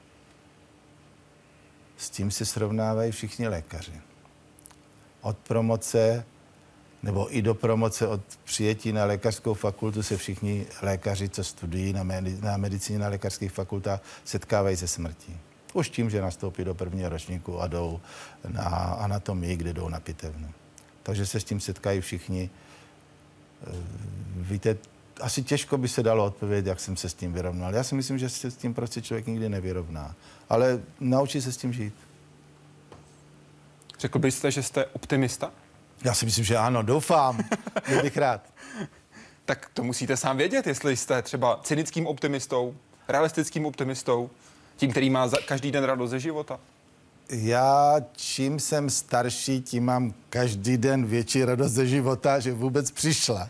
S tím se srovnávají všichni lékaři. Od promoce, nebo i do promoce, od přijetí na lékařskou fakultu se všichni lékaři, co studují na, medi- na medicíně na lékařských fakultách, setkávají se smrtí. Už tím, že nastoupí do prvního ročníku a jdou na anatomii, kde jdou na pitevnu. Takže se s tím setkají všichni. Víte, asi těžko by se dalo odpovědět, jak jsem se s tím vyrovnal. Já si myslím, že se s tím prostě člověk nikdy nevyrovná. Ale naučí se s tím žít. Řekl byste, že jste optimista? Já si myslím, že ano, doufám. Byl bych rád. Tak to musíte sám vědět, jestli jste třeba cynickým optimistou, realistickým optimistou, tím, který má za každý den radost ze života. Já, čím jsem starší, tím mám každý den větší radost ze života, že vůbec přišla.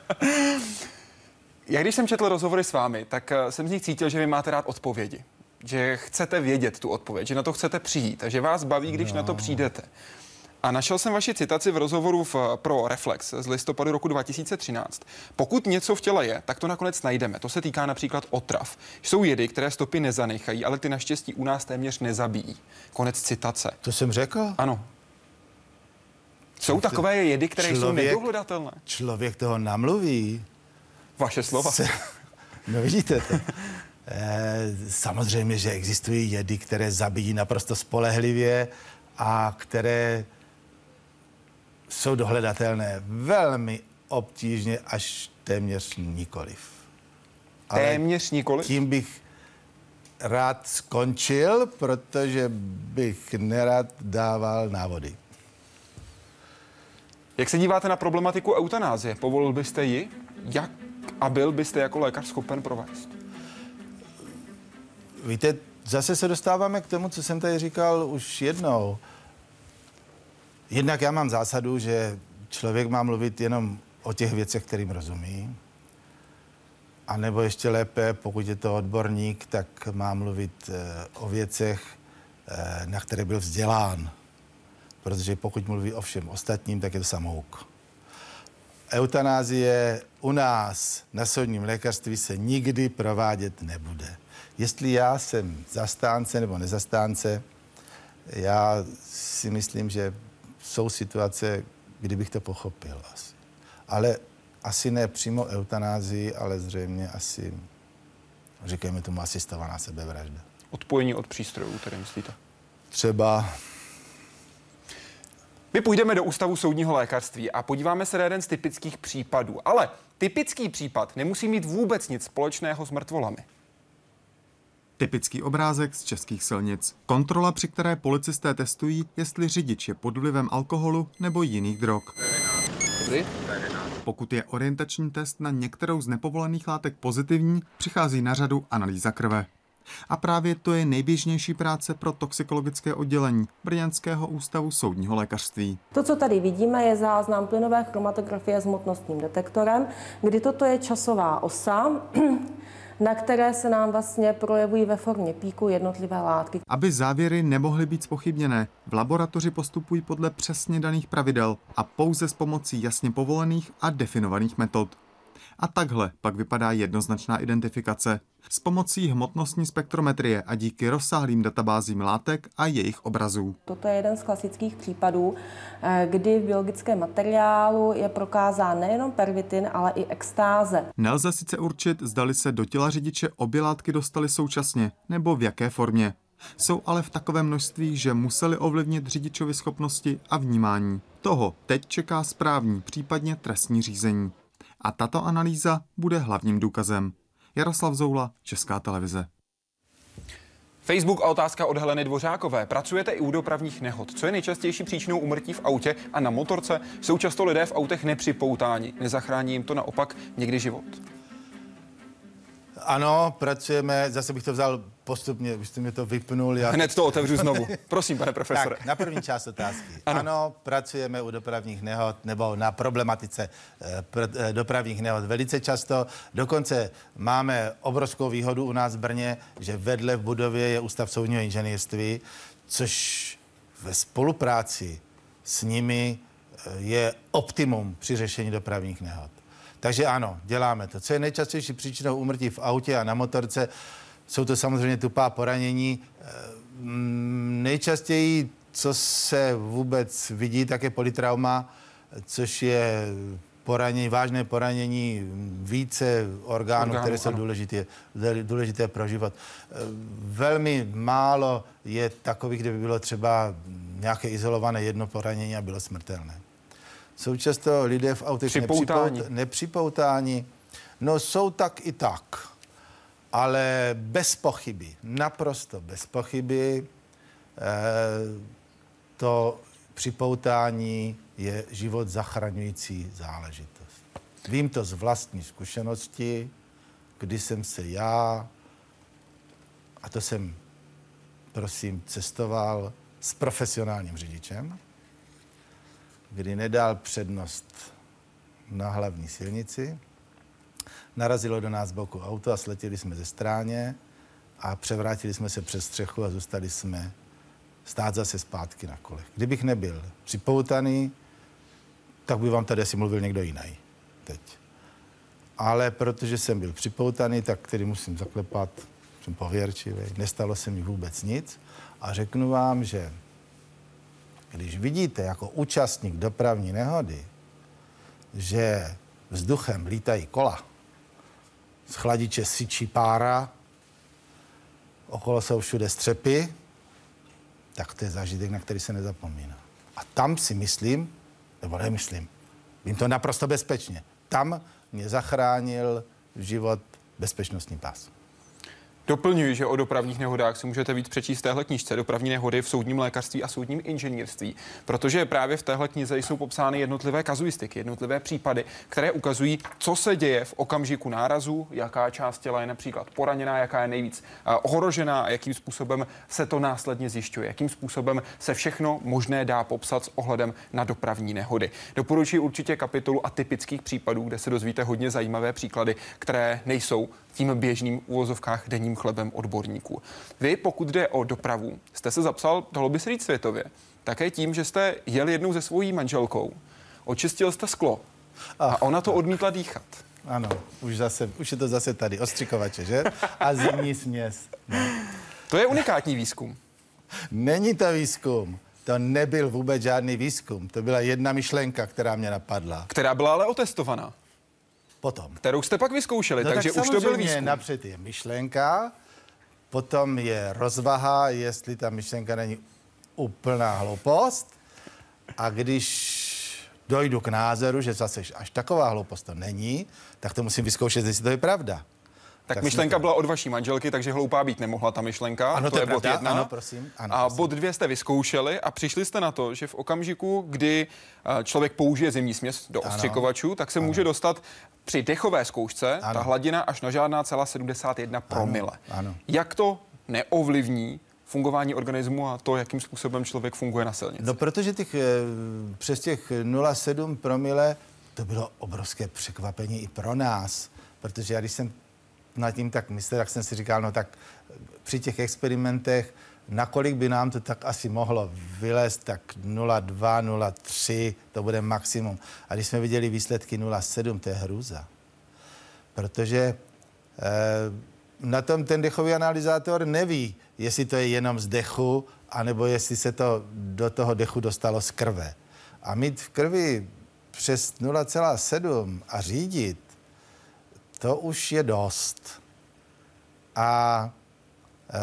Já když jsem četl rozhovory s vámi, tak jsem z nich cítil, že vy máte rád odpovědi. Že chcete vědět tu odpověď, že na to chcete přijít a že vás baví, když no. na to přijdete. A našel jsem vaši citaci v rozhovoru v, pro Reflex z listopadu roku dva tisíce třináct. Pokud něco v těle je, tak to nakonec najdeme. To se týká například otrav. Jsou jedy, které stopy nezanechají, ale ty naštěstí u nás téměř nezabijí. Konec citace. To jsem řekl? Ano. Jsou takové jedy, které člověk, jsou nedohledatelné. Člověk toho namluví. Vaše slova. Se, no vidíte to. E, samozřejmě, že existují jedy, které zabijí naprosto spolehlivě a které jsou dohledatelné velmi obtížně až téměř nikoliv. Ale téměř nikoliv? Tím bych rád skončil, protože bych nerad dával návody. Jak se díváte na problematiku eutanázie? Povolil byste ji? Jak a byl byste jako lékař schopen provést? Víte, zase se dostáváme k tomu, co jsem tady říkal už jednou. Jednak já mám zásadu, že člověk má mluvit jenom o těch věcech, kterým rozumí. A nebo ještě lépe, pokud je to odborník, tak má mluvit eh, o věcech, eh, na které byl vzdělán. Protože pokud mluví o všem ostatním, tak je to samouk. Eutanázie u nás na soudním lékařství se nikdy provádět nebude. Jestli já jsem zastánce nebo nezastánce, já si myslím, že jsou situace, kdybych to pochopil asi. Ale asi ne přímo eutanázii, ale zřejmě asi, říkejme tomu, asistovaná sebevražda. Odpojení od přístrojů, tedy myslíte? Třeba. My půjdeme do Ústavu soudního lékařství a podíváme se na jeden z typických případů. Ale typický případ nemusí mít vůbec nic společného s mrtvolami. Typický obrázek z českých silnic. Kontrola, při které policisté testují, jestli řidič je pod vlivem alkoholu nebo jiných drog. Dobrý. Pokud je orientační test na některou z nepovolených látek pozitivní, přichází na řadu analýza krve. A právě to je nejběžnější práce pro toxikologické oddělení Brněnského ústavu soudního lékařství. To, co tady vidíme, je záznam plynové chromatografie s hmotnostním detektorem, kdy toto je časová osa, na které se nám vlastně projevují ve formě píku jednotlivé látky. Aby závěry nemohly být zpochybněné, v laboratoři postupují podle přesně daných pravidel a pouze s pomocí jasně povolených a definovaných metod. A takhle pak vypadá jednoznačná identifikace. S pomocí hmotnostní spektrometrie a díky rozsáhlým databázím látek a jejich obrazů. Toto je jeden z klasických případů, kdy v biologickém materiálu je prokázán nejenom pervitin, ale i extáze. Nelze sice určit, zdali se do těla řidiče obě látky dostaly současně, nebo v jaké formě. Jsou ale v takovém množství, že museli ovlivnit řidičovy schopnosti a vnímání. Toho teď čeká správní, případně trestní řízení. A tato analýza bude hlavním důkazem. Jaroslav Zoula, Česká televize. Facebook a otázka od Heleny Dvořákové. Pracujete i u dopravních nehod. Co je nejčastější příčinou úmrtí v autě a na motorce? Jsou často lidé v autech nepřipoutáni. Nezachrání jim to naopak někdy život? Ano, pracujeme, zase bych to vzal postupně, vy jste mě to vypnul. Já... Hned to otevřu znovu. Prosím, pane profesore. Tak, na první část otázky. Ano. ano, pracujeme u dopravních nehod nebo na problematice eh, pr- eh, dopravních nehod velice často. Dokonce máme obrovskou výhodu u nás v Brně, že vedle v budově je Ústav soudního inženýrství, což ve spolupráci s nimi eh, je optimum při řešení dopravních nehod. Takže ano, děláme to. Co je nejčastější příčinou úmrtí v autě a na motorce, jsou to samozřejmě tupá poranění. Nejčastěji, co se vůbec vidí, tak je polytrauma, což je poranění, vážné poranění více orgánů, Orgánu, které jsou důležité, důležité pro život. Velmi málo je takových, kde by bylo třeba nějaké izolované jedno poranění a bylo smrtelné. Jsou často lidé v autech nepřipoutání. nepřipoutáni. No jsou tak i tak, ale bez pochyby, naprosto bez pochyby, eh, to připoutání je život zachraňující záležitost. Vím to z vlastní zkušenosti, kdy jsem se já, a to jsem, prosím, cestoval s profesionálním řidičem, kdy nedal přednost na hlavní silnici. Narazilo do nás z boku auto a sletěli jsme ze stráně a převrátili jsme se přes střechu a zůstali jsme stát zase zpátky na kolech. Kdybych nebyl připoutaný, tak by vám tady asi mluvil někdo jiný teď. Ale protože jsem byl připoutaný, tak tedy musím zaklepat, jsem pověrčivý, nestalo se mi vůbec nic a řeknu vám, že když vidíte jako účastník dopravní nehody, že vzduchem lítají kola, z chladiče syčí pára, okolo jsou všude střepy, tak to je zážitek, na který se nezapomíná. A tam si myslím, nebo nemyslím, vím to naprosto bezpečně, tam mě zachránil život bezpečnostní pás. Doplňuji, že o dopravních nehodách si můžete víc přečíst v téhle knížce Dopravní nehody v soudním lékařství a soudním inženýrství, protože právě v téhle knize jsou popsány jednotlivé kazuistiky, jednotlivé případy, které ukazují, co se děje v okamžiku nárazu, jaká část těla je například poraněná, jaká je nejvíc ohrožená a jakým způsobem se to následně zjišťuje, jakým způsobem se všechno možné dá popsat s ohledem na dopravní nehody. Doporučuji určitě kapitolu atypických případů, kde se dozvíte hodně zajímavé příklady, které nejsou tím běžným uvozovkách denním chlebem odborníků. Vy, pokud jde o dopravu, jste se zapsal, dalo by se říct světově, také tím, že jste jel jednou se svojí manželkou, očistil jste sklo a ona to odmítla dýchat. Ano, už, zase, už je to zase tady, ostřikovače, že? A zimní směs. No. To je unikátní výzkum. Není to výzkum. To nebyl vůbec žádný výzkum. To byla jedna myšlenka, která mě napadla. Která byla ale otestovaná. Potom. Kterou jste pak vyzkoušeli, no takže tak už to byl výzkum. Napřed je myšlenka, potom je rozvaha, jestli ta myšlenka není úplná hloupost. A když dojdu k názoru, že zase až taková hloupost to není, tak to musím vyzkoušet, jestli to je pravda. Tak, tak myšlenka to... byla od vaší manželky, takže hloupá být nemohla ta myšlenka. Ano, to, to je, je bod jedna. Ano, prosím. Ano, a prosím. bod dvě jste vyzkoušeli a přišli jste na to, že v okamžiku, kdy člověk použije zimní směs do ostřikovačů, tak se ano. může dostat při dechové zkoušce ano. ta hladina až na žádná celá sedmdesát jedna promile. Ano. Ano. Jak to neovlivní fungování organismu a to, jakým způsobem člověk funguje na silnici? No, protože těch, přes těch nula celá sedm promile to bylo obrovské překvapení i pro nás, protože já když jsem nad tím tak myslel, tak jsem si říkal, no tak při těch experimentech, nakolik by nám to tak asi mohlo vylézt, tak nula celá dva, nula celá tři, to bude maximum. A když jsme viděli výsledky nula celá sedm, to je hrůza. Protože eh, na tom ten dechový analyzátor neví, jestli to je jenom z dechu, anebo jestli se to do toho dechu dostalo z krve. A mít v krvi přes nula celá sedm a řídit, to už je dost. A e,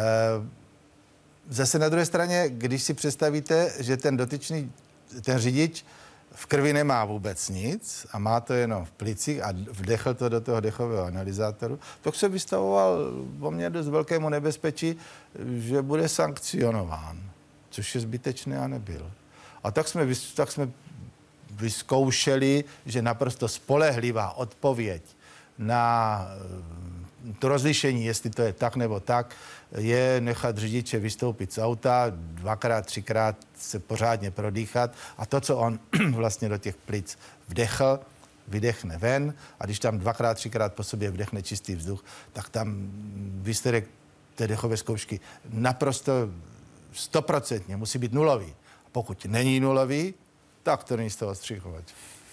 zase na druhé straně, když si představíte, že ten dotyčný, ten řidič v krvi nemá vůbec nic a má to jenom v plicích a vdechl to do toho dechového analyzátoru, tak se vystavoval poměrně dost velkému nebezpečí, že bude sankcionován, což je zbytečné a nebyl. A tak jsme, tak jsme vyzkoušeli, že naprosto spolehlivá odpověď na to rozlišení, jestli to je tak nebo tak, je nechat řidiče vystoupit z auta, dvakrát, třikrát se pořádně prodýchat a to, co on vlastně do těch plic vdechl, vydechne ven a když tam dvakrát, třikrát po sobě vdechne čistý vzduch, tak tam výsledek té dechové zkoušky naprosto stoprocentně musí být nulový. A pokud není nulový, tak to není z toho střihovat.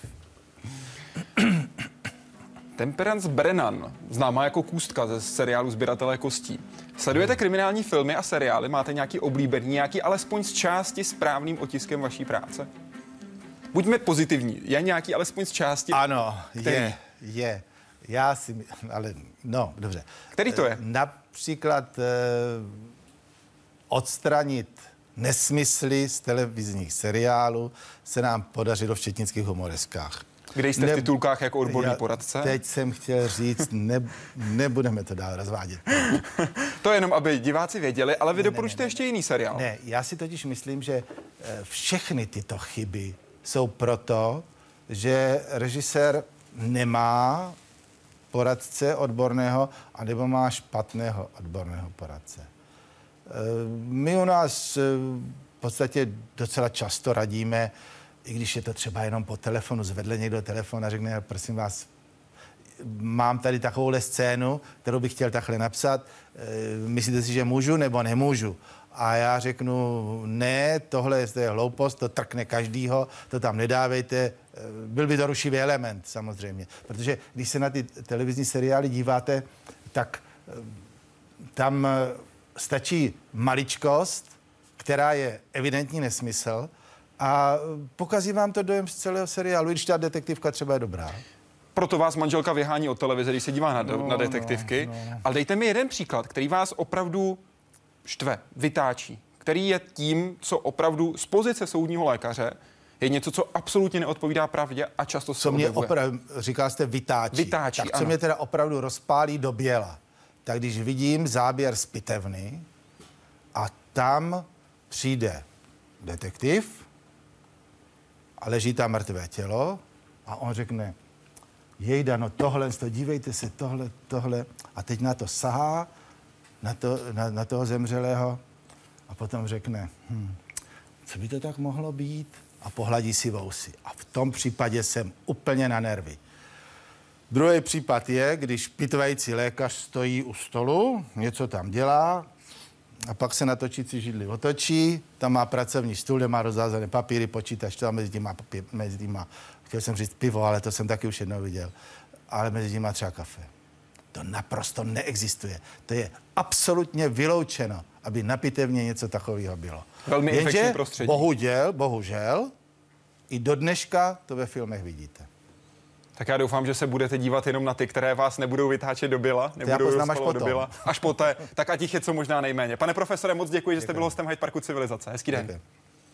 Temperance Brennan, známá jako Kůstka ze seriálu Sběratelé kostí. Sledujete kriminální filmy a seriály? Máte nějaký oblíbený, nějaký alespoň z části správným otiskem vaší práce? Buďme pozitivní. Je nějaký alespoň z části? Ano, který? je, je. Já si, ale no, dobře. Který to je? Například eh, odstranit nesmysly z televizních seriálů se nám podařilo v četnických humoreskách. Kde jste ne, v titulkách jako odborný poradce? Teď jsem chtěl říct, ne, nebudeme to dál rozvádět. To jenom, aby diváci věděli, ale vy ne, doporučíte ne, ne, ještě jiný seriál. Ne, já si totiž myslím, že všechny tyto chyby jsou proto, že režisér nemá poradce odborného, anebo má špatného odborného poradce. My u nás v podstatě docela často radíme, i když je to třeba jenom po telefonu, zvedle někdo telefon a řekne, prosím vás, mám tady takovouhle scénu, kterou bych chtěl takhle napsat, myslíte si, že můžu nebo nemůžu? A já řeknu, ne, tohle je, to je hloupost, to trkne každýho, to tam nedávejte, byl by to rušivý element samozřejmě, protože když se na ty televizní seriály díváte, tak tam stačí maličkost, která je evidentní nesmysl, a pokazí vám to dojem z celého seriálu, když ta detektivka třeba je dobrá. Proto vás manželka vyhání od televize, když se dívá na, no, na detektivky. No, no. Ale dejte mi jeden příklad, který vás opravdu štve, vytáčí, který je tím, co opravdu z pozice soudního lékaře je něco, co absolutně neodpovídá pravdě a často se Co mě objevuje. opravdu, říkal jste vytáčí. Vytáčí, tak co ano. mě teda opravdu rozpálí do běla, tak když vidím záběr z pitevny a tam přijde detektiv, a leží tam mrtvé tělo a on řekne, jejda, no tohle, dívejte se, tohle, tohle. A teď na to sahá, na, to, na, na toho zemřelého a potom řekne, hm, co by to tak mohlo být? A pohladí si vousy. A v tom případě jsem úplně na nervy. Druhý případ je, když pitvající lékař stojí u stolu, něco tam dělá, a pak se na točící židli otočí, tam má pracovní stůl, kde má rozházené papíry, počítač, tam mezi tím má, papír, mezi tím má, chtěl jsem říct pivo, ale to jsem taky už jednou viděl, ale mezi tím má třeba kafe. To naprosto neexistuje. To je absolutně vyloučeno, aby na pitevně něco takového bylo. Velmi infekční prostředí. Bohužel, bohužel, i do dneška to ve filmech vidíte. Tak já doufám, že se budete dívat jenom na ty, které vás nebudou vytáčet do byla, nebudou rozpalovat do byla, až poté, tak ať jich je co možná nejméně. Pane profesore, moc děkuji, že jste byl hostem Hyde Parku Civilizace. Hezký den. Děkuji.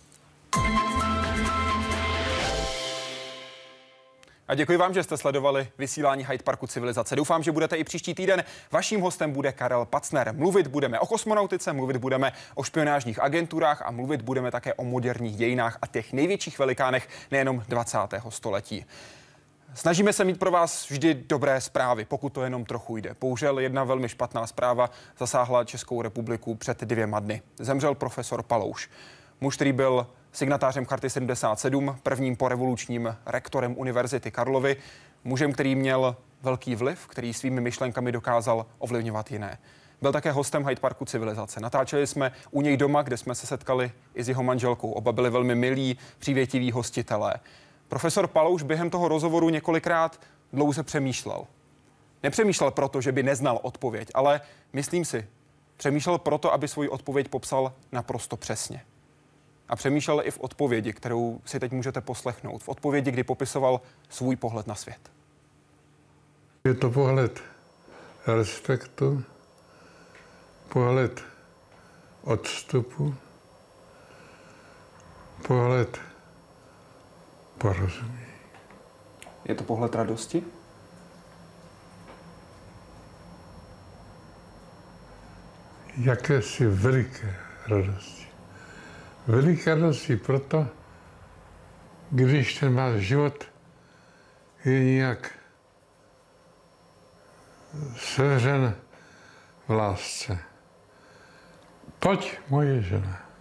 A děkuji vám, že jste sledovali vysílání Hyde Parku Civilizace. Doufám, že budete i příští týden. Vaším hostem bude Karel Pacner. Mluvit budeme o kosmonautice, mluvit budeme o špionážních agenturách a mluvit budeme také o moderních dějinách a těch největších velikánech nejenom dvacátého století. Snažíme se mít pro vás vždy dobré zprávy, pokud to jenom trochu jde. Bohužel jedna velmi špatná zpráva zasáhla Českou republiku před dvěma dny. Zemřel profesor Palouš. Muž, který byl signatářem Charty sedmdesát sedm, prvním porevolučním rektorem Univerzity Karlovy, mužem, který měl velký vliv, který svými myšlenkami dokázal ovlivňovat jiné. Byl také hostem Hyde Parku Civilizace. Natáčeli jsme u něj doma, kde jsme se setkali i s jeho manželkou. Oba byli velmi milí, přívětiví hostitelé. Profesor Palouš během toho rozhovoru několikrát dlouze přemýšlel. Nepřemýšlel proto, že by neznal odpověď, ale myslím si, přemýšlel proto, aby svoji odpověď popsal naprosto přesně. A přemýšlel i v odpovědi, kterou si teď můžete poslechnout. V odpovědi, kdy popisoval svůj pohled na svět. Je to pohled respektu, pohled odstupu, pohled porozumí. Je to pohled radosti? Jakési veliké radosti. Veliké radosti proto, když ten váš život je nějak sevřen v lásce. Pojď, moje žena.